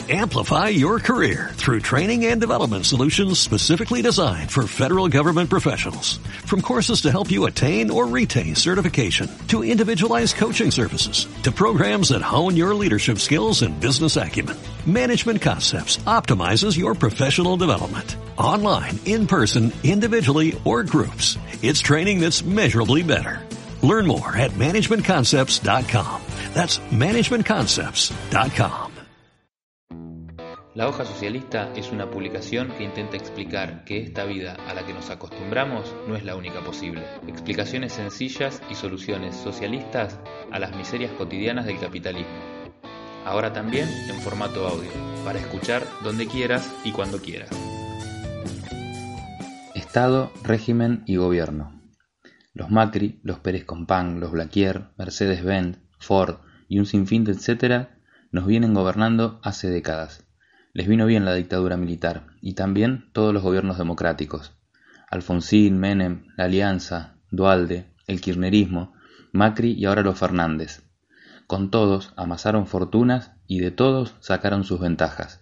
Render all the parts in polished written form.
Amplify your career through training and development solutions specifically designed for federal government professionals. From courses to help you attain or retain certification, to individualized coaching services, to programs that hone your leadership skills and business acumen, Management Concepts optimizes your professional development. Online, in person, individually, or groups, it's training that's measurably better. Learn more at managementconcepts.com. That's managementconcepts.com. La Hoja Socialista es una publicación que intenta explicar que esta vida a la que nos acostumbramos no es la única posible. Explicaciones sencillas y soluciones socialistas a las miserias cotidianas del capitalismo. Ahora también en formato audio, para escuchar donde quieras y cuando quieras. Estado, régimen y gobierno. Los Macri, los Pérez Compán, los Blaquier, Mercedes-Benz, Ford y un sinfín de etcétera nos vienen gobernando hace décadas. Les vino bien la dictadura militar y también todos los gobiernos democráticos. Alfonsín, Menem, la Alianza, Duhalde, el kirchnerismo, Macri y ahora los Fernández. Con todos amasaron fortunas y de todos sacaron sus ventajas.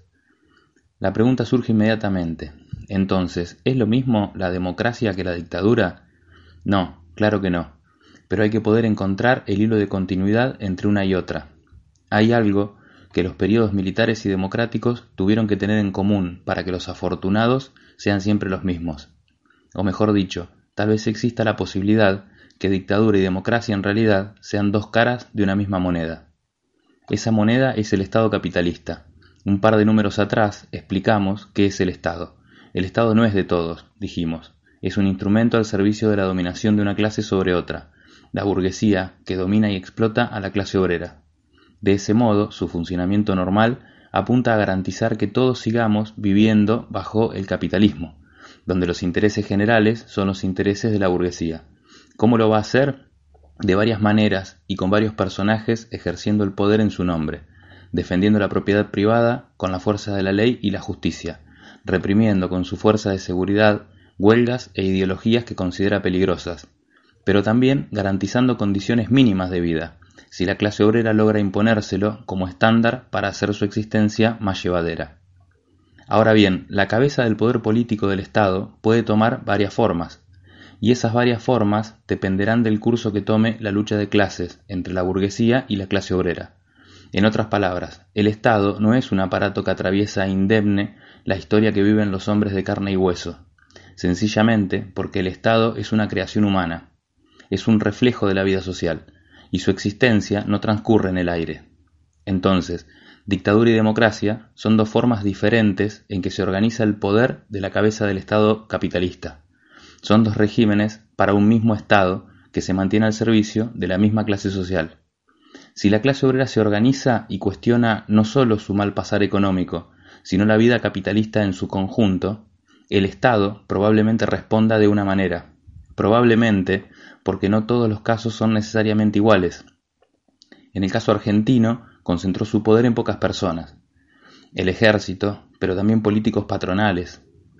La pregunta surge inmediatamente. Entonces, ¿es lo mismo la democracia que la dictadura? No, claro que no. Pero hay que poder encontrar el hilo de continuidad entre una y otra. Hay algo que los periodos militares y democráticos tuvieron que tener en común para que los afortunados sean siempre los mismos. O mejor dicho, tal vez exista la posibilidad que dictadura y democracia en realidad sean dos caras de una misma moneda. Esa moneda es el Estado capitalista. Un par de números atrás explicamos qué es el Estado. El Estado no es de todos, dijimos. Es un instrumento al servicio de la dominación de una clase sobre otra, la burguesía que domina y explota a la clase obrera. De ese modo, su funcionamiento normal apunta a garantizar que todos sigamos viviendo bajo el capitalismo, donde los intereses generales son los intereses de la burguesía. ¿Cómo lo va a hacer? De varias maneras y con varios personajes ejerciendo el poder en su nombre, defendiendo la propiedad privada con la fuerza de la ley y la justicia, reprimiendo con su fuerza de seguridad huelgas e ideologías que considera peligrosas, pero también garantizando condiciones mínimas de vida, si la clase obrera logra imponérselo como estándar para hacer su existencia más llevadera. Ahora bien, la cabeza del poder político del Estado puede tomar varias formas, y esas varias formas dependerán del curso que tome la lucha de clases entre la burguesía y la clase obrera. En otras palabras, el Estado no es un aparato que atraviesa indemne la historia que viven los hombres de carne y hueso, sencillamente porque el Estado es una creación humana, es un reflejo de la vida social, y su existencia no transcurre en el aire. Entonces, dictadura y democracia son dos formas diferentes en que se organiza el poder de la cabeza del Estado capitalista. Son dos regímenes para un mismo Estado que se mantiene al servicio de la misma clase social. Si la clase obrera se organiza y cuestiona no solo su mal pasar económico, sino la vida capitalista en su conjunto, el Estado probablemente responda de una manera. Probablemente porque no todos los casos son necesariamente iguales. En el caso argentino, concentró su poder en pocas personas. El ejército, pero también políticos patronales,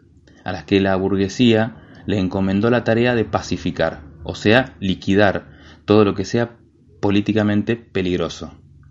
a las que la burguesía le encomendó la tarea de pacificar, o sea, liquidar todo lo que sea políticamente peligroso.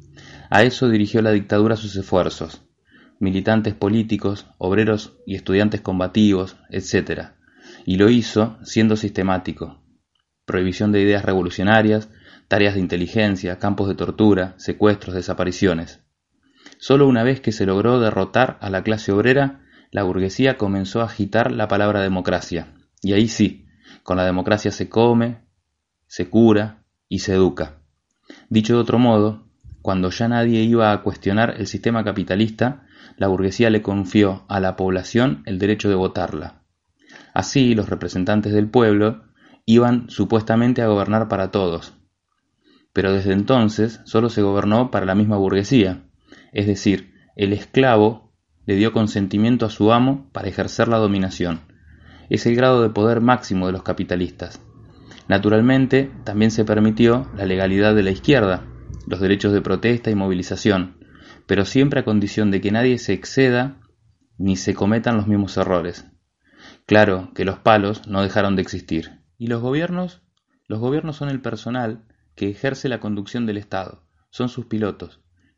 A eso dirigió la dictadura sus esfuerzos. Militantes políticos, obreros y estudiantes combativos, etc. Y lo hizo siendo sistemático. Prohibición de ideas revolucionarias, tareas de inteligencia, campos de tortura, secuestros, desapariciones. Solo una vez que se logró derrotar a la clase obrera, la burguesía comenzó a agitar la palabra democracia. Y ahí sí, con la democracia se come, se cura y se educa. Dicho de otro modo, cuando ya nadie iba a cuestionar el sistema capitalista, la burguesía le confió a la población el derecho de votarla. Así, los representantes del pueblo iban supuestamente a gobernar para todos. Pero desde entonces solo se gobernó para la misma burguesía, es decir, el esclavo le dio consentimiento a su amo para ejercer la dominación. Es el grado de poder máximo de los capitalistas. Naturalmente, también se permitió la legalidad de la izquierda, los derechos de protesta y movilización, pero siempre a condición de que nadie se exceda ni se cometan los mismos errores. Claro que los palos no dejaron de existir. ¿Y los gobiernos? Los gobiernos son el personal que ejerce la conducción del Estado, son sus pilotos.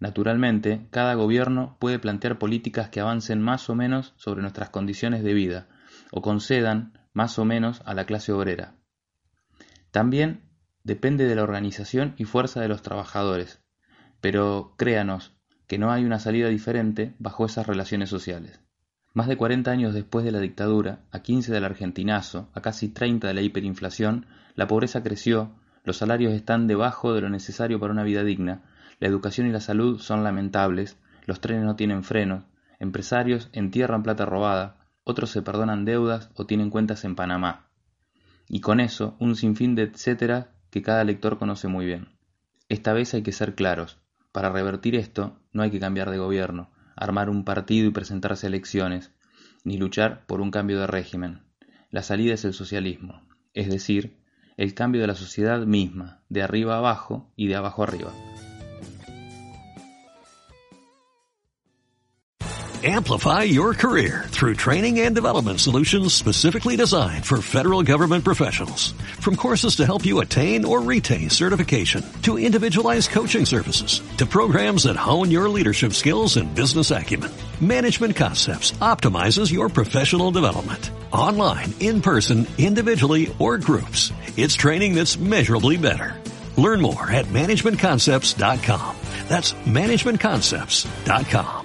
Naturalmente, cada gobierno puede plantear políticas que avancen más o menos sobre nuestras condiciones de vida, o concedan más o menos a la clase obrera. También depende de la organización y fuerza de los trabajadores, pero créanos que no hay una salida diferente bajo esas relaciones sociales. Más de 40 años después de la dictadura, a 15 del argentinazo, a casi 30 de la hiperinflación, la pobreza creció, los salarios están debajo de lo necesario para una vida digna, la educación y la salud son lamentables, los trenes no tienen frenos, empresarios entierran plata robada, otros se perdonan deudas o tienen cuentas en Panamá. Y con eso, un sinfín de etcétera que cada lector conoce muy bien. Esta vez hay que ser claros. Para revertir esto, no hay que cambiar de gobierno, armar un partido y presentarse a elecciones, ni luchar por un cambio de régimen. La salida es el socialismo, es decir, el cambio de la sociedad misma, de arriba a abajo y de abajo arriba. Amplify your career through training and development solutions specifically designed for federal government professionals. From courses to help you attain or retain certification, to individualized coaching services, to programs that hone your leadership skills and business acumen, Management Concepts optimizes your professional development. Online, in person, individually, or groups, it's training that's measurably better. Learn more at managementconcepts.com. That's managementconcepts.com.